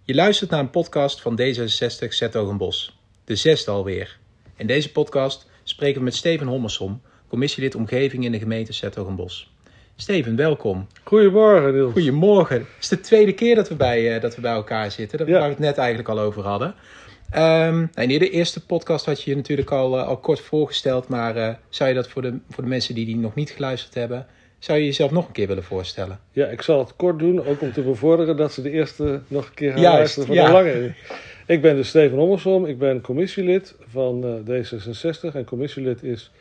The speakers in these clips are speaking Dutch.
Je luistert naar een podcast van D66 ' de 6e alweer. In deze podcast spreken we met Steven Hommersom, commissielid Omgeving in de gemeente ' s-Hertogenbosch. Steven, welkom. Goedemorgen, Niels. Goedemorgen. Het is de tweede keer dat we bij elkaar zitten, waar we het net eigenlijk al over hadden. In de eerste podcast had je je natuurlijk al kort voorgesteld, maar zou je dat voor de mensen die nog niet geluisterd hebben, zou je jezelf nog een keer willen voorstellen? Ja, ik zal het kort doen, ook om te bevorderen dat ze de eerste nog een keer gaan luisteren voor de lange. Ik ben dus Steven Hommersom, ik ben commissielid van D66 en commissielid is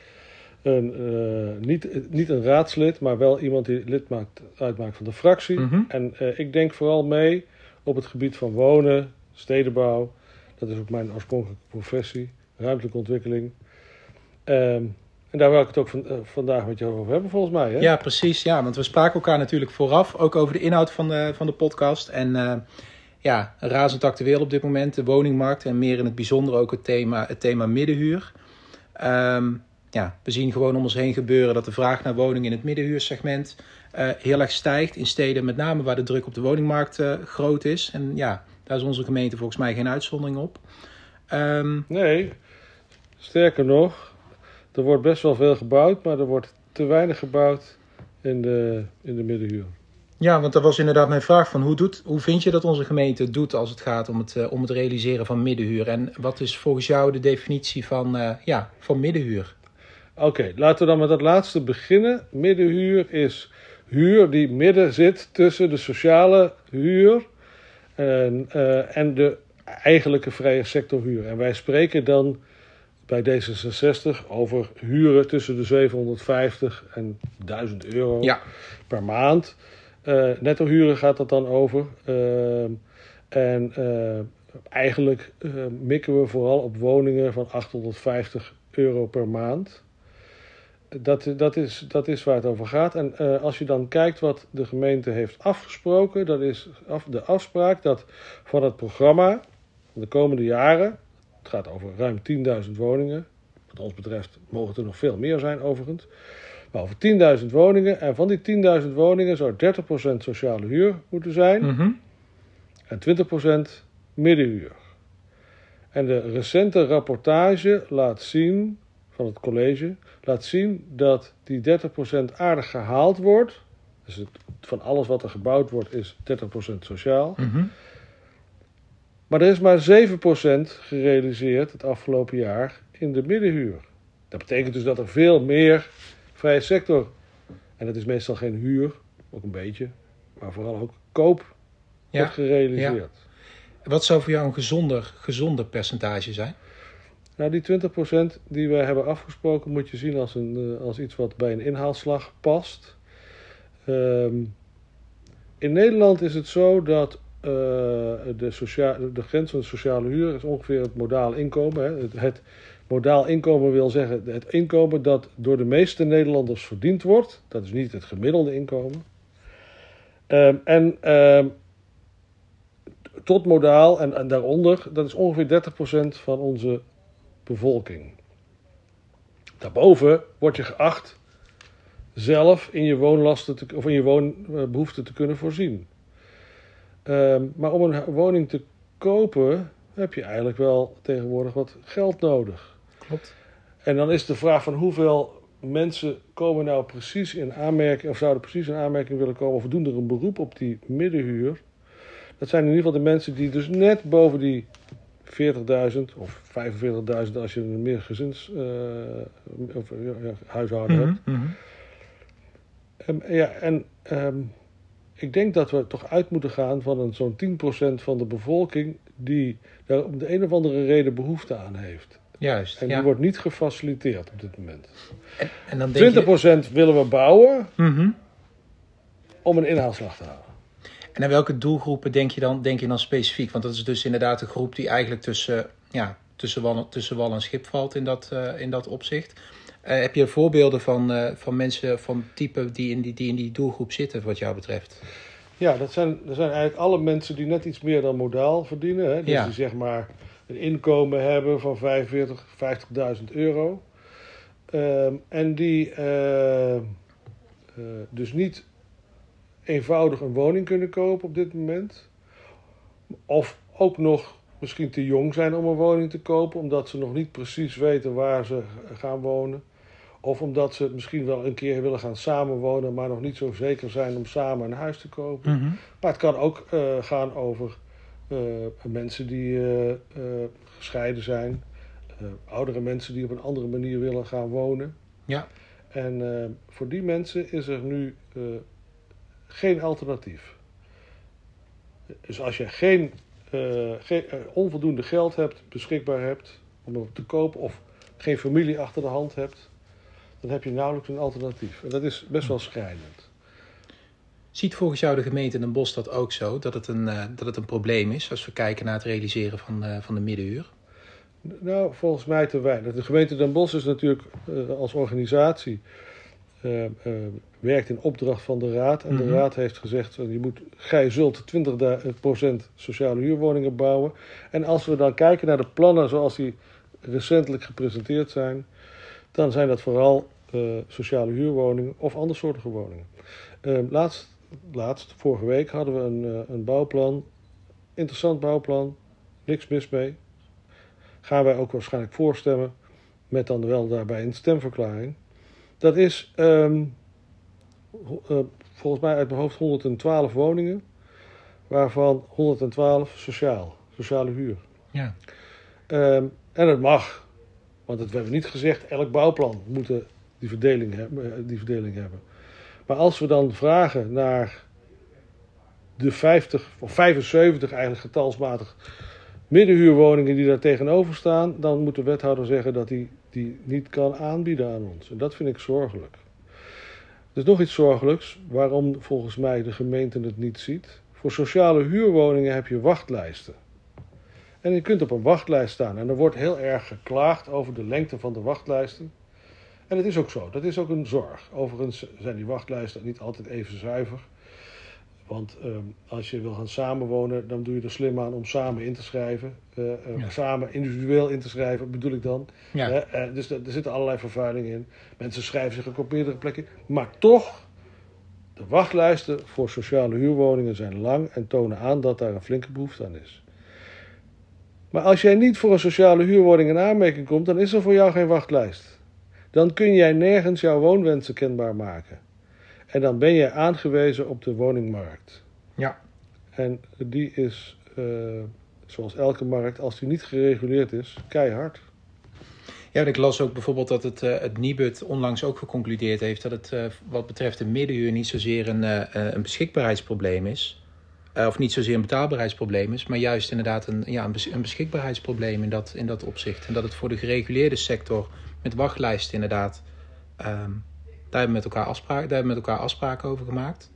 niet een raadslid, maar wel iemand die uitmaakt van de fractie. Mm-hmm. En ik denk vooral mee op het gebied van wonen, stedenbouw. Dat is ook mijn oorspronkelijke professie, ruimtelijke ontwikkeling. En daar wil ik het ook vandaag met je over hebben, volgens mij. Hè? Ja, precies. Ja, want we spraken elkaar natuurlijk vooraf, ook over de inhoud van de podcast. En razend actueel op dit moment, de woningmarkt en meer in het bijzonder ook het thema middenhuur. We zien gewoon om ons heen gebeuren dat de vraag naar woningen in het middenhuursegment heel erg stijgt. In steden met name waar de druk op de woningmarkt groot is. En ja, daar is onze gemeente volgens mij geen uitzondering op. Nee, sterker nog, er wordt best wel veel gebouwd, maar er wordt te weinig gebouwd in de middenhuur. Ja, want dat was inderdaad mijn vraag van hoe vind je dat onze gemeente het doet als het gaat om het realiseren van middenhuur? En wat is volgens jou de definitie van middenhuur? Oké, laten we dan met dat laatste beginnen. Middenhuur is huur die midden zit tussen de sociale huur en de eigenlijke vrije sectorhuur. En wij spreken dan bij D66 over huren tussen de 750 en 1000 euro per maand. Netto huren gaat dat dan over. Eigenlijk mikken we vooral op woningen van 850 euro per maand. Dat is waar het over gaat. En als je dan kijkt wat de gemeente heeft afgesproken, dat is de afspraak dat van het programma van de komende jaren, het gaat over ruim 10.000 woningen. Wat ons betreft mogen het er nog veel meer zijn overigens. Maar over 10.000 woningen. En van die 10.000 woningen zou 30% sociale huur moeten zijn. Mm-hmm. En 20% middenhuur. En de recente rapportage van het college laat zien dat die 30% aardig gehaald wordt. Dus van alles wat er gebouwd wordt is 30% sociaal. Mm-hmm. Maar er is maar 7% gerealiseerd het afgelopen jaar in de middenhuur. Dat betekent dus dat er veel meer vrije sector, en dat is meestal geen huur, ook een beetje, maar vooral ook koop, wordt gerealiseerd. Ja. Wat zou voor jou een gezonder percentage zijn? Nou, die 20% die we hebben afgesproken moet je zien als iets wat bij een inhaalslag past. In Nederland is het zo dat de grens van de sociale huur is ongeveer het modaal inkomen. Hè. Het modaal inkomen wil zeggen het inkomen dat door de meeste Nederlanders verdiend wordt. Dat is niet het gemiddelde inkomen. Tot modaal en daaronder, dat is ongeveer 30% van onze bevolking. Daarboven word je geacht zelf in je woonlasten of in je woonbehoeften te kunnen voorzien. Maar om een woning te kopen heb je eigenlijk wel tegenwoordig wat geld nodig. Klopt. En dan is de vraag van hoeveel mensen komen nou precies in aanmerking, of zouden precies in aanmerking willen komen, of doen er een beroep op die middenhuur. Dat zijn in ieder geval de mensen die dus net boven die 40.000 of 45.000 als je een meergezins huishouden hebt. Mm-hmm. Ik denk dat we toch uit moeten gaan van zo'n 10% van de bevolking die daar om de een of andere reden behoefte aan heeft. Juist. En die wordt niet gefaciliteerd op dit moment. En dan denk 20% willen we bouwen om een inhaalslag te halen. En aan welke doelgroepen denk je dan specifiek? Want dat is dus inderdaad de groep die eigenlijk tussen wal en schip valt in dat opzicht. Heb je voorbeelden van mensen van type die in die doelgroep zitten wat jou betreft? Ja, dat zijn eigenlijk alle mensen die net iets meer dan modaal verdienen. Hè? Dus die zeg maar een inkomen hebben van 50.000 euro. En die dus niet eenvoudig een woning kunnen kopen op dit moment. Of ook nog misschien te jong zijn om een woning te kopen, omdat ze nog niet precies weten waar ze gaan wonen. Of omdat ze misschien wel een keer willen gaan samenwonen, maar nog niet zo zeker zijn om samen een huis te kopen. Mhm. Maar het kan ook gaan over mensen die gescheiden zijn. Oudere mensen die op een andere manier willen gaan wonen. Ja. En voor die mensen is er nu geen alternatief. Dus als je geen onvoldoende geld beschikbaar hebt om het te kopen, of geen familie achter de hand hebt, dan heb je nauwelijks een alternatief. En dat is best wel schrijnend. Ziet volgens jou de gemeente Den Bosch dat ook zo? Dat het een probleem is als we kijken naar het realiseren van de middenhuur? Nou, volgens mij te weinig. De gemeente Den Bosch is natuurlijk als organisatie werkt in opdracht van de raad. En de raad heeft gezegd, gij zult 20% sociale huurwoningen bouwen. En als we dan kijken naar de plannen zoals die recentelijk gepresenteerd zijn, dan zijn dat vooral sociale huurwoningen of andersoortige woningen. Vorige week hadden we een bouwplan, interessant bouwplan, niks mis mee. Gaan wij ook waarschijnlijk voorstemmen, met dan wel daarbij een stemverklaring. Dat is volgens mij uit mijn hoofd 112 woningen, waarvan 112 sociale huur. Ja. En het mag, want we hebben niet gezegd elk bouwplan moet die verdeling hebben. Maar als we dan vragen naar de 50 of 75 eigenlijk getalsmatig middenhuurwoningen die daar tegenover staan, dan moet de wethouder zeggen dat hij die niet kan aanbieden aan ons. En dat vind ik zorgelijk. Er is nog iets zorgelijks, waarom volgens mij de gemeente het niet ziet. Voor sociale huurwoningen heb je wachtlijsten. En je kunt op een wachtlijst staan. En er wordt heel erg geklaagd over de lengte van de wachtlijsten. En dat is ook zo. Dat is ook een zorg. Overigens zijn die wachtlijsten niet altijd even zuiver. Want als je wil gaan samenwonen, dan doe je er slim aan om samen in te schrijven. Samen individueel in te schrijven, bedoel ik dan. Ja. Dus er zitten allerlei vervuilingen in. Mensen schrijven zich ook op meerdere plekken. Maar toch, de wachtlijsten voor sociale huurwoningen zijn lang en tonen aan dat daar een flinke behoefte aan is. Maar als jij niet voor een sociale huurwoning in aanmerking komt, dan is er voor jou geen wachtlijst. Dan kun jij nergens jouw woonwensen kenbaar maken. En dan ben je aangewezen op de woningmarkt. Ja. En die is, zoals elke markt, als die niet gereguleerd is, keihard. Ja, en ik las ook bijvoorbeeld dat het Nibud onlangs ook geconcludeerd heeft dat het wat betreft de middenhuur niet zozeer een beschikbaarheidsprobleem is. Of niet zozeer een betaalbaarheidsprobleem is, maar juist inderdaad een beschikbaarheidsprobleem in dat opzicht. En dat het voor de gereguleerde sector met wachtlijsten inderdaad, daar hebben we met elkaar afspraken over gemaakt.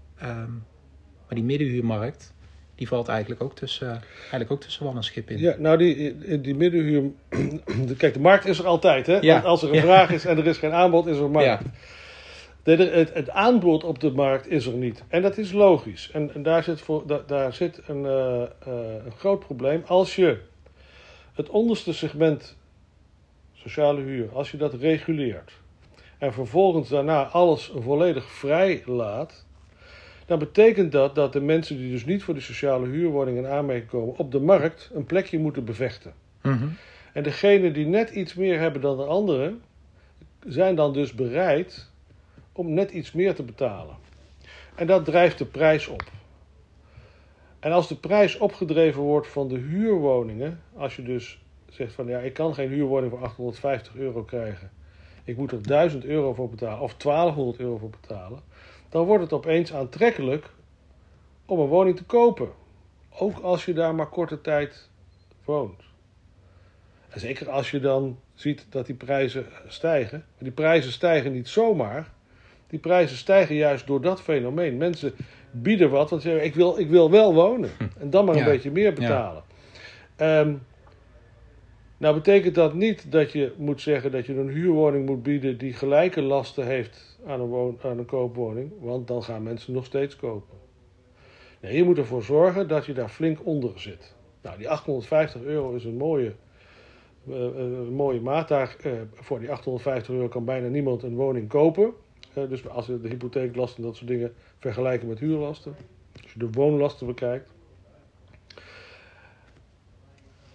Maar die middenhuurmarkt, die valt eigenlijk ook tussen wal en schip in. Ja, nou die middenhuur, kijk, de markt is er altijd, hè? Ja. Want als er een vraag is en er is geen aanbod, is er markt. Ja. Het aanbod op de markt is er niet. En dat is logisch. En daar zit een groot probleem. Als je het onderste segment sociale huur, als je dat reguleert en vervolgens daarna alles volledig vrij laat, dan betekent dat de mensen die dus niet voor die sociale huurwoning in aanmerking komen op de markt een plekje moeten bevechten. Mm-hmm. En degenen die net iets meer hebben dan de anderen, zijn dan dus bereid om net iets meer te betalen. En dat drijft de prijs op. En als de prijs opgedreven wordt van de huurwoningen, als je dus zegt van ja, ik kan geen huurwoning voor €850 krijgen, ik moet er €1000 voor betalen of €1200 voor betalen, dan wordt het opeens aantrekkelijk om een woning te kopen. Ook als je daar maar korte tijd woont. En zeker als je dan ziet dat die prijzen stijgen. Maar die prijzen stijgen niet zomaar. Die prijzen stijgen juist door dat fenomeen. Mensen bieden wat, want ze zeggen ik wil wel wonen. En dan maar een beetje meer betalen. Ja. Nou betekent dat niet dat je moet zeggen dat je een huurwoning moet bieden die gelijke lasten heeft aan een koopwoning. Want dan gaan mensen nog steeds kopen. Nee, je moet ervoor zorgen dat je daar flink onder zit. Nou, die €850 is een mooie maat. Voor die €850 kan bijna niemand een woning kopen. Dus als we de hypotheeklasten en dat soort dingen vergelijken met huurlasten. Als je de woonlasten bekijkt.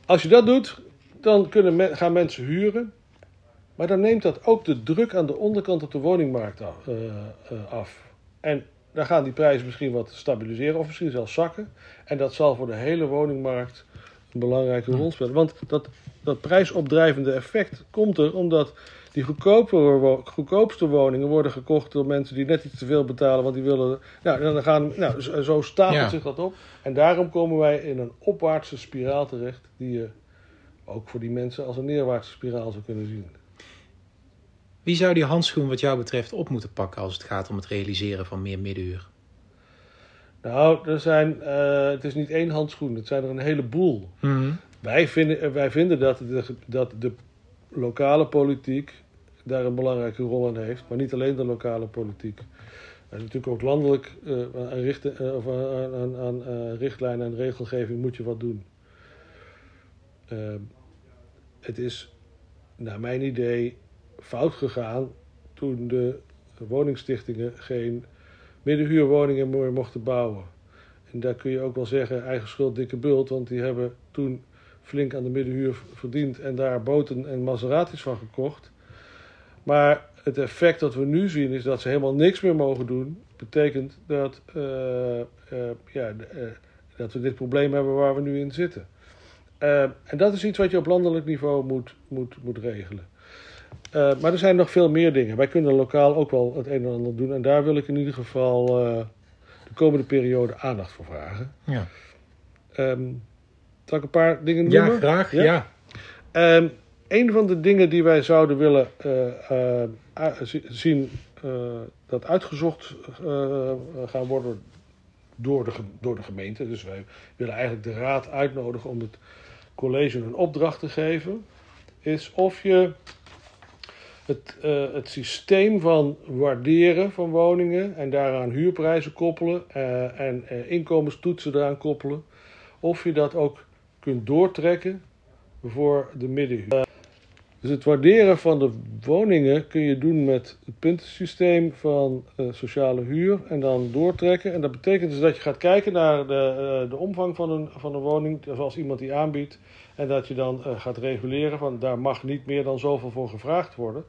Als je dat doet, dan gaan mensen huren. Maar dan neemt dat ook de druk aan de onderkant op de woningmarkt af. En dan gaan die prijzen misschien wat stabiliseren of misschien zelfs zakken. En dat zal voor de hele woningmarkt een belangrijke rol spelen. Want dat prijsopdrijvende effect komt er omdat die goedkoopste woningen worden gekocht door mensen die net iets te veel betalen. Want die willen... zo stapelt zich dat op. En daarom komen wij in een opwaartse spiraal terecht die je ook voor die mensen als een neerwaartse spiraal zou kunnen zien. Wie zou die handschoen wat jou betreft op moeten pakken als het gaat om het realiseren van meer middenhuur? Nou, het is niet één handschoen, het zijn er een heleboel. Mm-hmm. Wij vinden dat de lokale politiek daar een belangrijke rol in heeft, maar niet alleen de lokale politiek. En natuurlijk ook landelijk aan richtlijnen en regelgeving moet je wat doen. Het is, naar mijn idee, fout gegaan toen de woningstichtingen geen middenhuurwoningen meer mochten bouwen. En daar kun je ook wel zeggen, eigen schuld, dikke bult, want die hebben toen flink aan de middenhuur verdiend en daar boten en Maseratis van gekocht. Maar het effect dat we nu zien is dat ze helemaal niks meer mogen doen. Betekent dat we dit probleem hebben waar we nu in zitten. En dat is iets wat je op landelijk niveau moet regelen. Maar er zijn nog veel meer dingen. Wij kunnen lokaal ook wel het een en ander doen. En daar wil ik in ieder geval de komende periode aandacht voor vragen. Ja. Zal ik een paar dingen noemen? Ja, graag. Ja. Een van de dingen die wij zouden willen zien dat uitgezocht gaan worden door de gemeente. Dus wij willen eigenlijk de raad uitnodigen om het college een opdracht te geven. Is of je het systeem van waarderen van woningen en daaraan huurprijzen koppelen en inkomenstoetsen eraan koppelen. Of je dat ook kunt doortrekken voor de middenhuur. Dus het waarderen van de woningen kun je doen met het puntensysteem van sociale huur en dan doortrekken. En dat betekent dus dat je gaat kijken naar de omvang van een woning, zoals iemand die aanbiedt. En dat je dan gaat reguleren van daar mag niet meer dan zoveel voor gevraagd worden.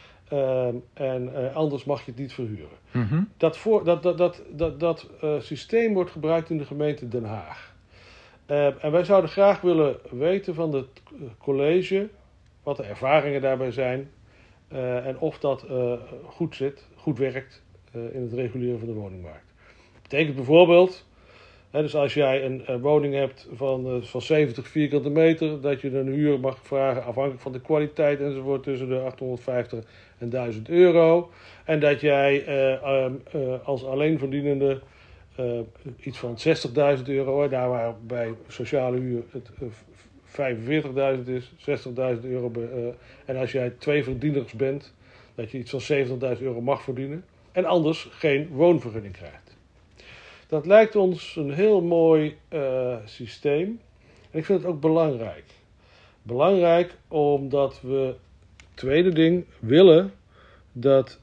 Anders mag je het niet verhuren. Mm-hmm. Dat systeem wordt gebruikt in de gemeente Den Haag. En wij zouden graag willen weten van het college wat de ervaringen daarbij zijn en of dat goed werkt in het reguleren van de woningmarkt. Dat betekent bijvoorbeeld, dus als jij een woning hebt van 70 vierkante meter, dat je een huur mag vragen afhankelijk van de kwaliteit enzovoort tussen de 850 en 1000 euro. En dat jij als alleenverdienende iets van 60.000 euro, daar waar bij sociale huur het 45.000 is, 60.000 euro. En als jij 2 verdieners bent, dat je iets van 70.000 euro mag verdienen. En anders geen woonvergunning krijgt. Dat lijkt ons een heel mooi systeem. En ik vind het ook belangrijk. Belangrijk omdat we, tweede ding, willen dat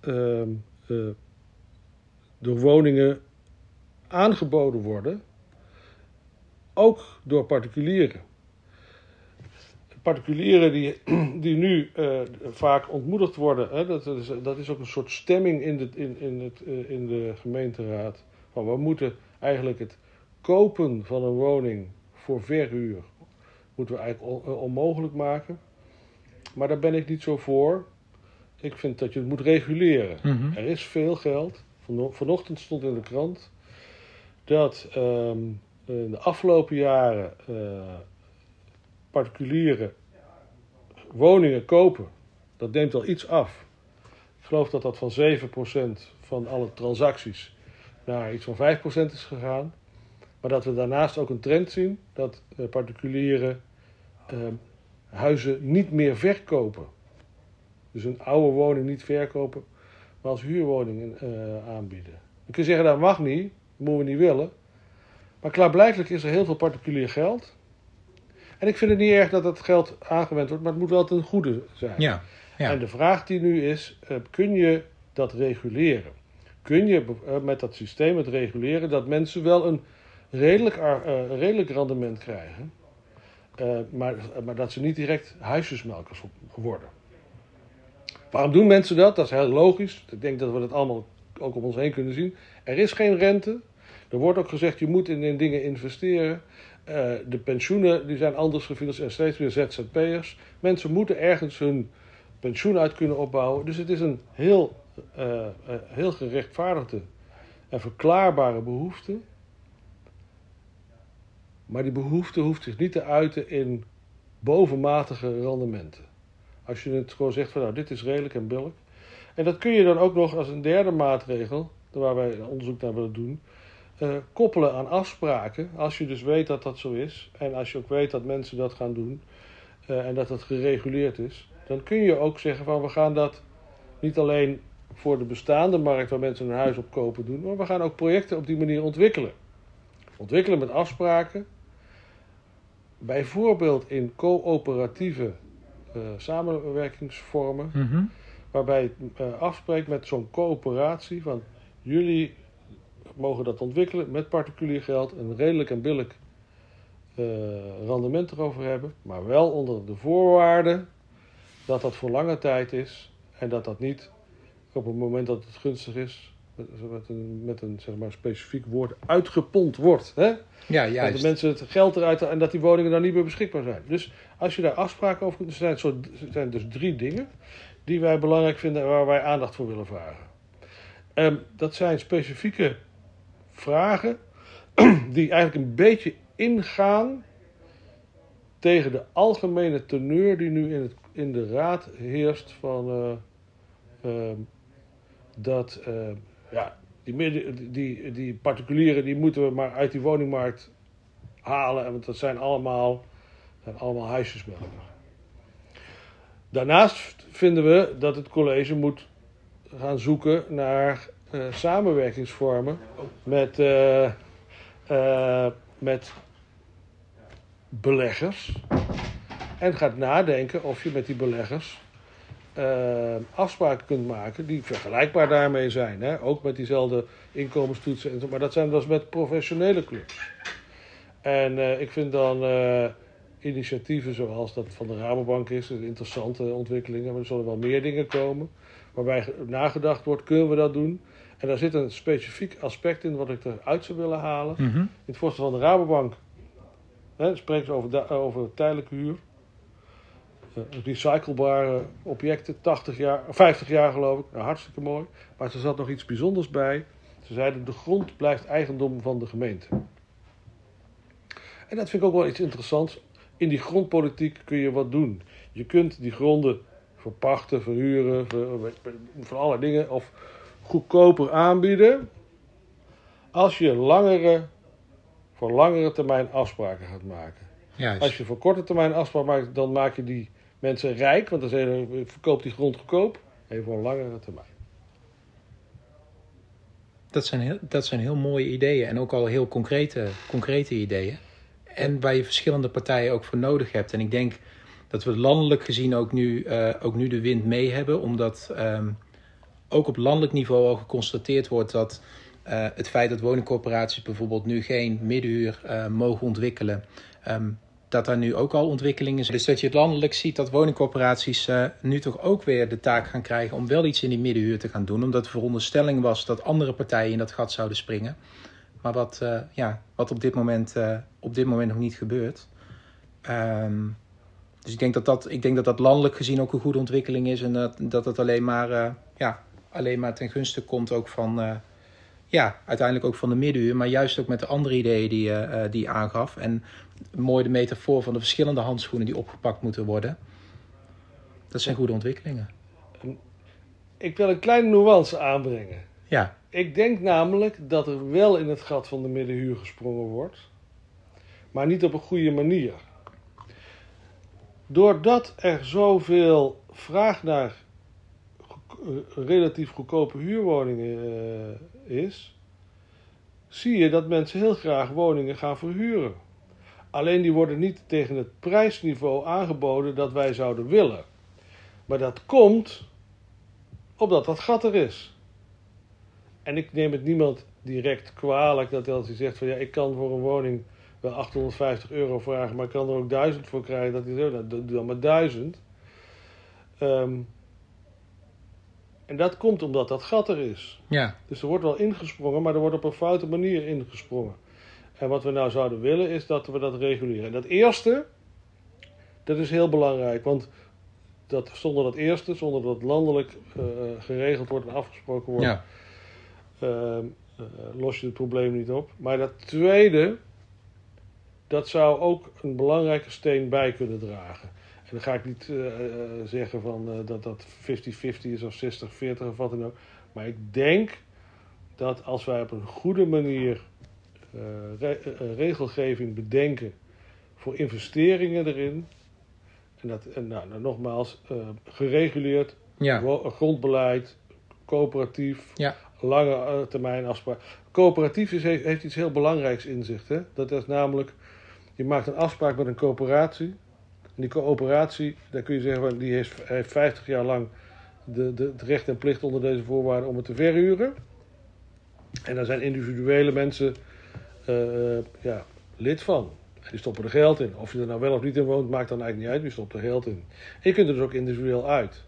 de woningen aangeboden worden, ook door particulieren. Particulieren die nu vaak ontmoedigd worden, hè, dat is ook een soort stemming in de gemeenteraad. Van we moeten eigenlijk het kopen van een woning voor verhuur moeten we eigenlijk onmogelijk maken. Maar daar ben ik niet zo voor. Ik vind dat je het moet reguleren. Mm-hmm. Er is veel geld. Vanochtend stond in de krant dat in de afgelopen jaren particulieren woningen kopen. Dat neemt al iets af. Ik geloof dat dat van 7% van alle transacties naar iets van 5% is gegaan. Maar dat we daarnaast ook een trend zien dat particulieren huizen niet meer verkopen. Dus een oude woning niet verkopen, maar als huurwoning aanbieden. Je kunt zeggen dat mag niet, dat moeten we niet willen. Maar klaarblijkelijk is er heel veel particulier geld. En ik vind het niet erg dat dat geld aangewend wordt, maar het moet wel ten goede zijn. Ja. En de vraag die nu is, kun je dat reguleren? Kun je met dat systeem het reguleren dat mensen wel een redelijk rendement krijgen? Maar dat ze niet direct huisjesmelkers worden. Waarom doen mensen dat? Dat is heel logisch. Ik denk dat we dat allemaal ook om ons heen kunnen zien. Er is geen rente. Er wordt ook gezegd, je moet in dingen investeren. De pensioenen die zijn anders gefinancierd. Steeds meer ZZP'ers. Mensen moeten ergens hun pensioen uit kunnen opbouwen. Dus het is een heel gerechtvaardigde en verklaarbare behoefte. Maar die behoefte hoeft zich niet te uiten in bovenmatige rendementen. Als je het gewoon zegt van nou, dit is redelijk en billig. En dat kun je dan ook nog als een derde maatregel, waar wij onderzoek naar willen doen, koppelen aan afspraken. Als je dus weet dat dat zo is en als je ook weet dat mensen dat gaan doen en dat dat gereguleerd is, dan kun je ook zeggen van we gaan dat niet alleen voor de bestaande markt waar mensen een huis op kopen doen, maar we gaan ook projecten op die manier ontwikkelen. Ontwikkelen met afspraken, bijvoorbeeld in coöperatieve samenwerkingsvormen, waarbij je afspreekt met zo'n coöperatie van jullie mogen dat ontwikkelen met particulier geld, een redelijk en billig rendement erover hebben, maar wel onder de voorwaarde dat dat voor lange tijd is en dat dat niet op het moment dat het gunstig is met een zeg maar specifiek woord uitgepompt wordt. Hè? Ja, juist. Dat de mensen het geld eruit en dat die woningen dan niet meer beschikbaar zijn. Dus als je daar afspraken over kunt, er zijn dus 3 dingen die wij belangrijk vinden en waar wij aandacht voor willen vragen. Dat zijn specifieke vragen die eigenlijk een beetje ingaan tegen de algemene teneur die nu in de raad heerst van die particulieren die moeten we maar uit die woningmarkt halen, want dat zijn allemaal huisjesmelkers. Daarnaast vinden we dat het college moet gaan zoeken naar samenwerkingsvormen met beleggers en gaat nadenken of je met die beleggers afspraken kunt maken die vergelijkbaar daarmee zijn. Hè? Ook met diezelfde inkomenstoetsen. En zo, maar dat zijn dus met professionele clubs. En ik vind dan initiatieven zoals dat van de Rabobank is, interessante ontwikkelingen. Maar er zullen wel meer dingen komen waarbij nagedacht wordt, kunnen we dat doen? En daar zit een specifiek aspect in wat ik eruit zou willen halen. In het voorstel van de Rabobank spreekt ze over tijdelijke huur. Recyclebare objecten, 50 jaar geloof ik. Nou, hartstikke mooi. Maar er zat nog iets bijzonders bij. Ze zeiden, de grond blijft eigendom van de gemeente. En dat vind ik ook wel iets interessants. In die grondpolitiek kun je wat doen. Je kunt die gronden verpachten, verhuren, voor allerlei dingen. Of goedkoper aanbieden. Als je voor langere termijn afspraken gaat maken. Juist. Als je voor korte termijn afspraken maakt, dan maak je die mensen rijk. Want dan zeg je, verkoop die grond goedkoop. Even voor een langere termijn. Dat zijn heel mooie ideeën en ook al heel concrete ideeën. En waar je verschillende partijen ook voor nodig hebt. En ik denk dat we landelijk gezien ook nu de wind mee hebben. Omdat ook op landelijk niveau al geconstateerd wordt dat het feit dat woningcorporaties bijvoorbeeld nu geen middenhuur mogen ontwikkelen, dat daar nu ook al ontwikkelingen zijn. Dus dat je landelijk ziet dat woningcorporaties nu toch ook weer de taak gaan krijgen om wel iets in die middenhuur te gaan doen. Omdat de veronderstelling was dat andere partijen in dat gat zouden springen. Maar wat op dit moment nog niet gebeurt. Dus ik denk dat dat landelijk gezien ook een goede ontwikkeling is. En dat het alleen maar ten gunste komt ook van uiteindelijk ook van de middenhuur. Maar juist ook met de andere ideeën die je aangaf. En mooi de metafoor van de verschillende handschoenen die opgepakt moeten worden. Dat zijn goede ontwikkelingen. Ik wil een kleine nuance aanbrengen. Ja. Ik denk namelijk dat er wel in het gat van de middenhuur gesprongen wordt. Maar niet op een goede manier. Doordat er zoveel vraag naar relatief goedkope huurwoningen is, zie je dat mensen heel graag woningen gaan verhuren. Alleen die worden niet tegen het prijsniveau aangeboden dat wij zouden willen. Maar dat komt omdat dat gat er is. En ik neem het niemand direct kwalijk dat als hij zegt van ja, ik kan voor een woning wel €850 vragen, maar ik kan er ook 1000 voor krijgen. Dat is ook, doe dan maar 1000. En dat komt omdat dat gat er is. Ja. Dus er wordt wel ingesprongen, maar er wordt op een foute manier ingesprongen. En wat we nou zouden willen is dat we dat reguleren. En dat eerste, dat is heel belangrijk. Want zonder dat het landelijk geregeld wordt en afgesproken wordt, los je het probleem niet op. Maar dat tweede, dat zou ook een belangrijke steen bij kunnen dragen. En dan ga ik niet zeggen dat 50-50 is of 60-40 of wat dan ook. Maar ik denk dat als wij op een goede manier regelgeving bedenken voor investeringen erin. En nogmaals, gereguleerd, grondbeleid, coöperatief, lange termijn afspraak. Coöperatief heeft iets heel belangrijks in zich. Hè? Dat is namelijk, je maakt een afspraak met een coöperatie. En die coöperatie, daar kun je zeggen, die heeft 50 jaar lang het recht en plicht onder deze voorwaarden om het te verhuren. En daar zijn individuele mensen lid van. En die stoppen er geld in. Of je er nou wel of niet in woont, maakt dan eigenlijk niet uit. Die stopt er geld in. En je kunt er dus ook individueel uit.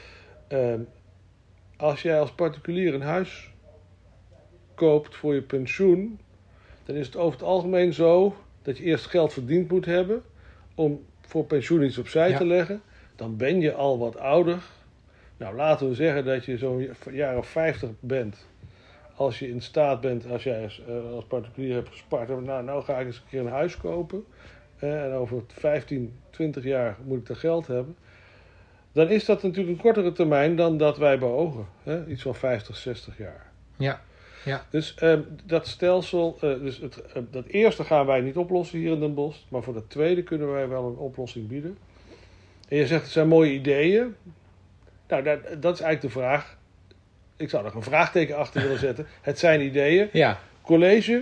Als jij als particulier een huis koopt voor je pensioen, dan is het over het algemeen zo dat je eerst geld verdiend moet hebben om voor pensioen iets opzij te leggen. Dan ben je al wat ouder. Nou, laten we zeggen dat je zo'n jaar of 50 bent. Als je in staat bent, als jij als particulier hebt gespaard, nou ga ik eens een keer een huis kopen. En over 15, 20 jaar moet ik dat geld hebben. Dan is dat natuurlijk een kortere termijn dan dat wij beogen. Iets van 50, 60 jaar. Ja. Dus dat stelsel, dat eerste gaan wij niet oplossen hier in Den Bosch. Maar voor dat tweede kunnen wij wel een oplossing bieden. En je zegt, het zijn mooie ideeën. Nou, dat is eigenlijk de vraag. Ik zou er een vraagteken achter willen zetten. Het zijn ideeën. Ja. College,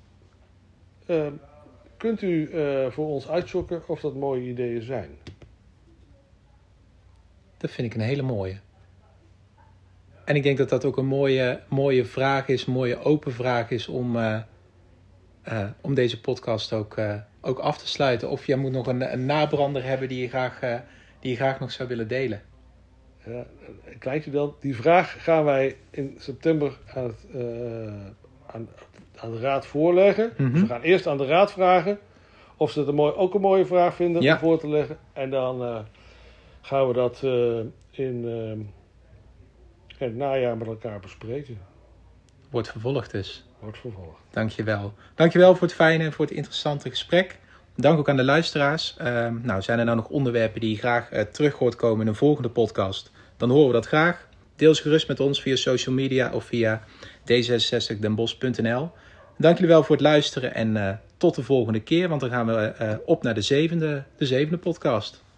kunt u voor ons uitzoeken of dat mooie ideeën zijn? Dat vind ik een hele mooie. En ik denk dat dat ook een mooie vraag is, een mooie open vraag is om deze podcast ook af te sluiten. Of jij moet nog een nabrander hebben die je graag nog zou willen delen. Ja, een kleintje dan. Die vraag gaan wij in september aan de raad voorleggen. Mm-hmm. Dus we gaan eerst aan de raad vragen of ze het ook een mooie vraag vinden om voor te leggen. En dan gaan we dat in het najaar met elkaar bespreken. Wordt vervolgd dus. Wordt vervolgd. Dankjewel. Dankjewel voor het fijne en voor het interessante gesprek. Dank ook aan de luisteraars. Zijn er nou nog onderwerpen die je graag terug hoort komen in een volgende podcast? Dan horen we dat graag. Deel ze gerust met ons via social media of via d66denbosch.nl. Dank jullie wel voor het luisteren en tot de volgende keer. Want dan gaan we op naar de zevende podcast.